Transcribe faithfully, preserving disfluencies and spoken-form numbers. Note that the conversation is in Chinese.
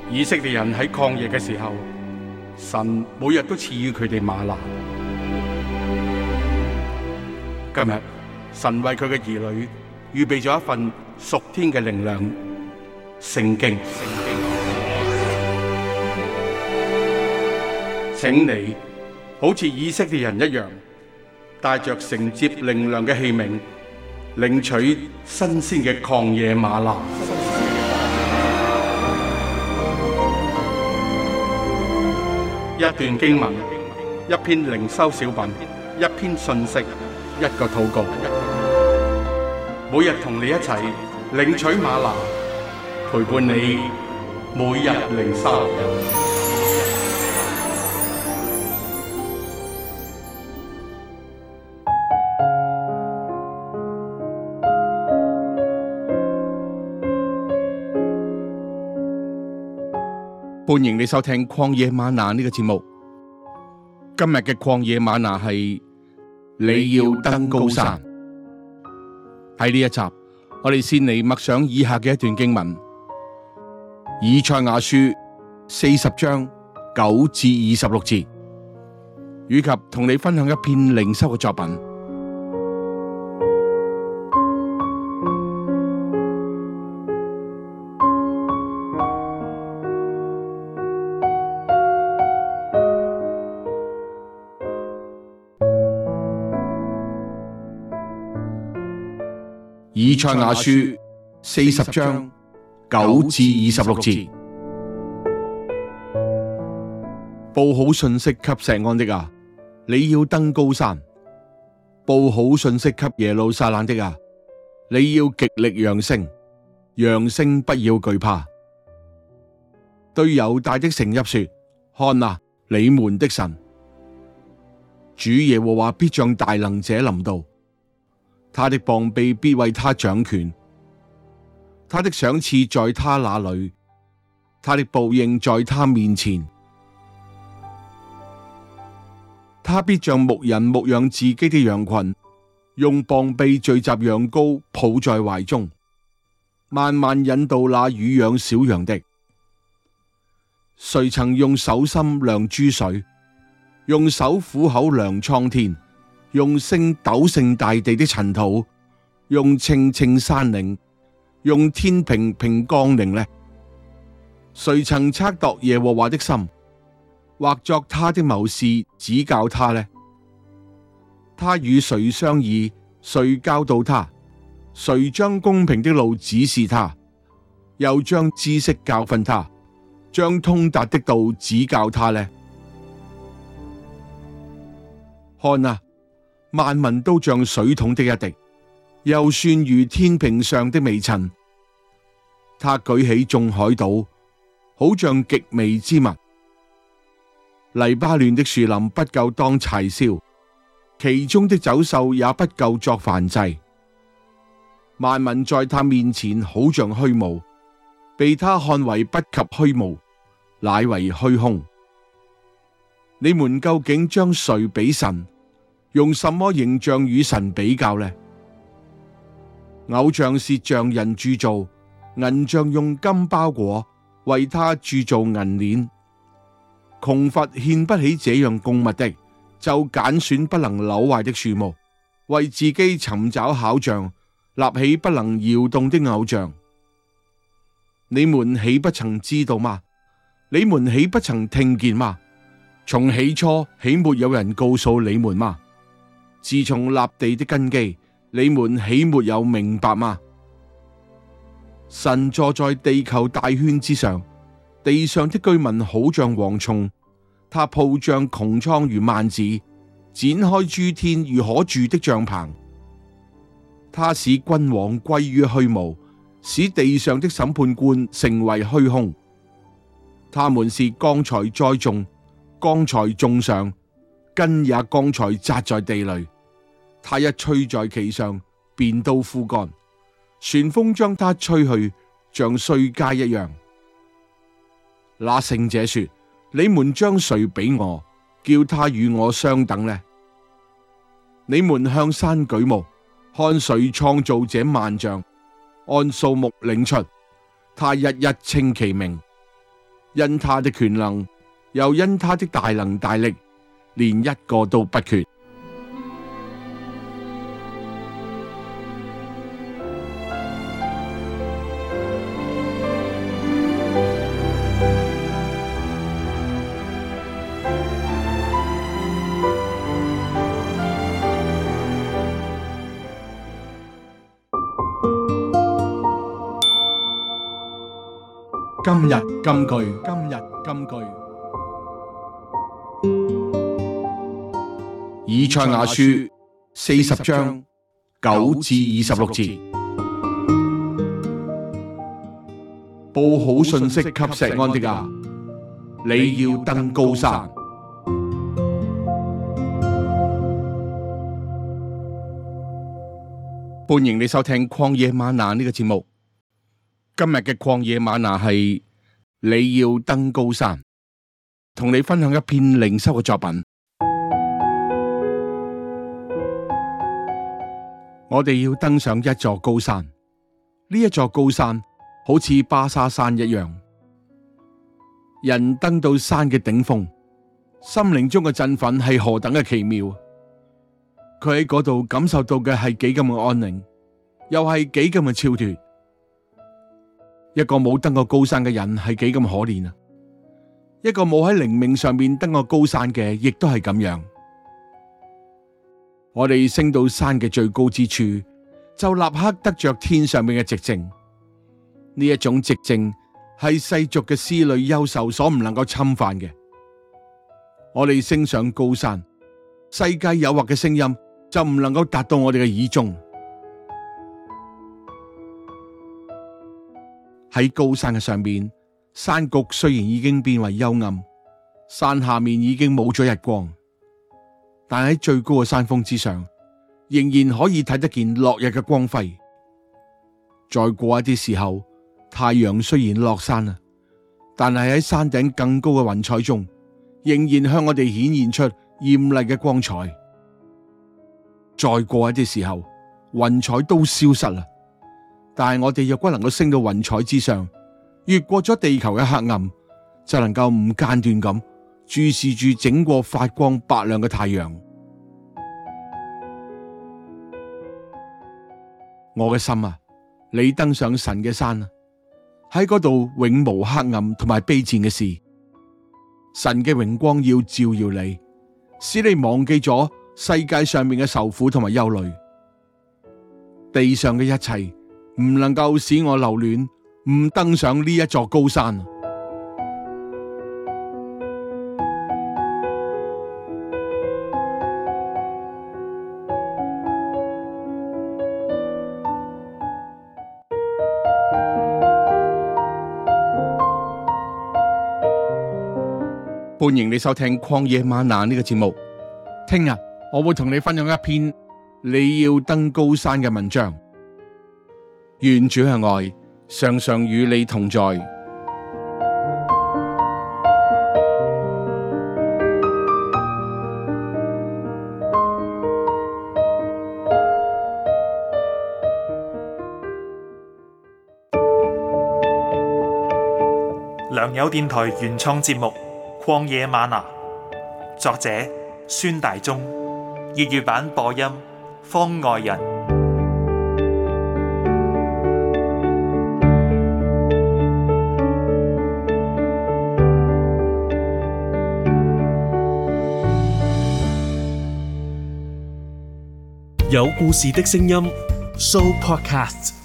以色列人喺曠野嘅時候，神每日都賜予佢哋嗎哪。今日神為佢嘅兒女預備咗一份屬天嘅靈糧——聖經。請你好似以色列人一樣，帶着承接靈糧嘅器皿，領取新鮮嘅曠野嗎哪。一段經文，一篇靈修小品，一篇信息，一個禱告。每日同你一齊領取嗎哪，陪伴你每日靈修。歡迎你收聽曠野嗎哪呢個節目。今日嘅曠野嗎哪係你要登高山。喺呢一集，我哋先嚟默想以下嘅一段經文：以賽亞書四十章九至二十六節，以及同你分享一篇靈修嘅作品。以賽亞書四十章九至二十六節，報好信息給錫安的啊，你要登高山；報好信息給耶路撒冷的啊，你要極力揚聲，揚聲不要懼怕。對猶大的城邑說：看啊，你們的神主耶和華必像大能者臨到。他的膀臂必為他掌權，他的賞賜在他那裏，他的報應在他面前。他必像牧人牧養自己的羊群，用膀臂聚集羊羔，抱在懷中，慢慢引導那乳養小羊的。誰曾用手心量諸水，用手虎口量蒼天？用星斗盛大地的塵土，用稱稱山嶺，用天平平岡陵呢？誰曾測度耶和華的心，或作他的謀士指教他呢？他與誰商議，誰教導他？誰將公平的路指示他，又將知識教訓他，將通達的道指教他呢？看啊，萬民都像水桶的一滴，又算如天平上的微塵。他舉起眾海島，好像極微之物。黎巴嫩的樹林不夠當柴燒，其中的走獸也不夠作燔祭。萬民在他面前好像虛無，被他看為不及虛無，乃為虛空。你們究竟將誰比神？用什麼形象與神比較呢？偶像是匠人鑄造，銀匠用金包裹，為他鑄造銀鏈。窮乏獻不起這樣供物的，就揀選不能朽壞的樹木，為自己尋找巧匠，立起不能搖動的偶像。你們豈不曾知道嗎？你們豈不曾聽見嗎？從起初豈沒有人告訴你們嗎？自從立地的根基，你們豈沒有明白嗎？神坐在地球大圈之上，地上的居民好像蝗蟲，他鋪張穹蒼如幔子，展開諸天如可住的帳棚。他使君王歸於虛無，使地上的審判官成為虛空。他們是剛才栽種，剛才種上，根也剛才扎在地裏。他一吹在其上，便都枯乾，旋風將他吹去，像碎秸一樣。那聖者說：你們將誰比我，叫他與我相等呢？你們向山舉目，看誰創造這萬象，按數目領出，他一一稱其名。 因他的權能，又因他的大能大力，連一個都不缺。今日金句，今日金句。以賽亞書四十章九至二十六節，報好信息給錫安的啊，你要登高山。歡迎你收聽曠野嗎哪呢個節目。今日嘅曠野嗎哪係你要登高山，同你分享一篇靈修嘅作品。我哋要登上一座高山，呢一座高山好似巴沙山一樣。人登到山嘅頂峰，心靈中嘅振奮係何等嘅奇妙！佢喺嗰度感受到嘅係幾咁嘅安寧，又係幾咁嘅超脫。一個冇登過高山嘅人係幾咁可憐啊！一個冇喺靈命上面登過高山嘅，亦都係咁樣。我哋升到山嘅最高之處，就立刻得着天上面嘅寂靜。呢一種寂靜係世俗嘅思慮憂愁所唔能夠侵犯嘅。我哋升上高山，世界誘惑嘅聲音就唔能夠達到我哋嘅耳中。喺高山嘅上面，山谷雖然已經變為幽暗，山下面已經冇咗日光，但喺最高嘅山峰之上，仍然可以睇得見落日嘅光輝。再過一啲時候，太陽雖然落山啦，但係喺山頂更高嘅雲彩中，仍然向我哋顯現出艷麗嘅光彩。再過一啲時候，雲彩都消失啦。但係我哋若果能夠升到雲彩之上，越過咗地球嘅黑暗，就能夠唔間斷咁注視住整個發光白亮嘅太陽。我嘅心啊，你登上神嘅山啊，喺嗰度永無黑暗同埋卑賤嘅事。神嘅榮光要照耀你，使你忘記咗世界上面嘅愁苦同埋憂慮，地上嘅一切唔能夠使我留戀，唔登上呢一座高山。歡迎你收聽曠野嗎哪呢個節目。聽日我會同你分享一篇你要登高山嘅文章。願主嘅愛常常與你同在。 良友電台原創節目《曠野嗎哪》，作者孫大中，粵語版播音方外人。 有故事的聲音 Show Podcast。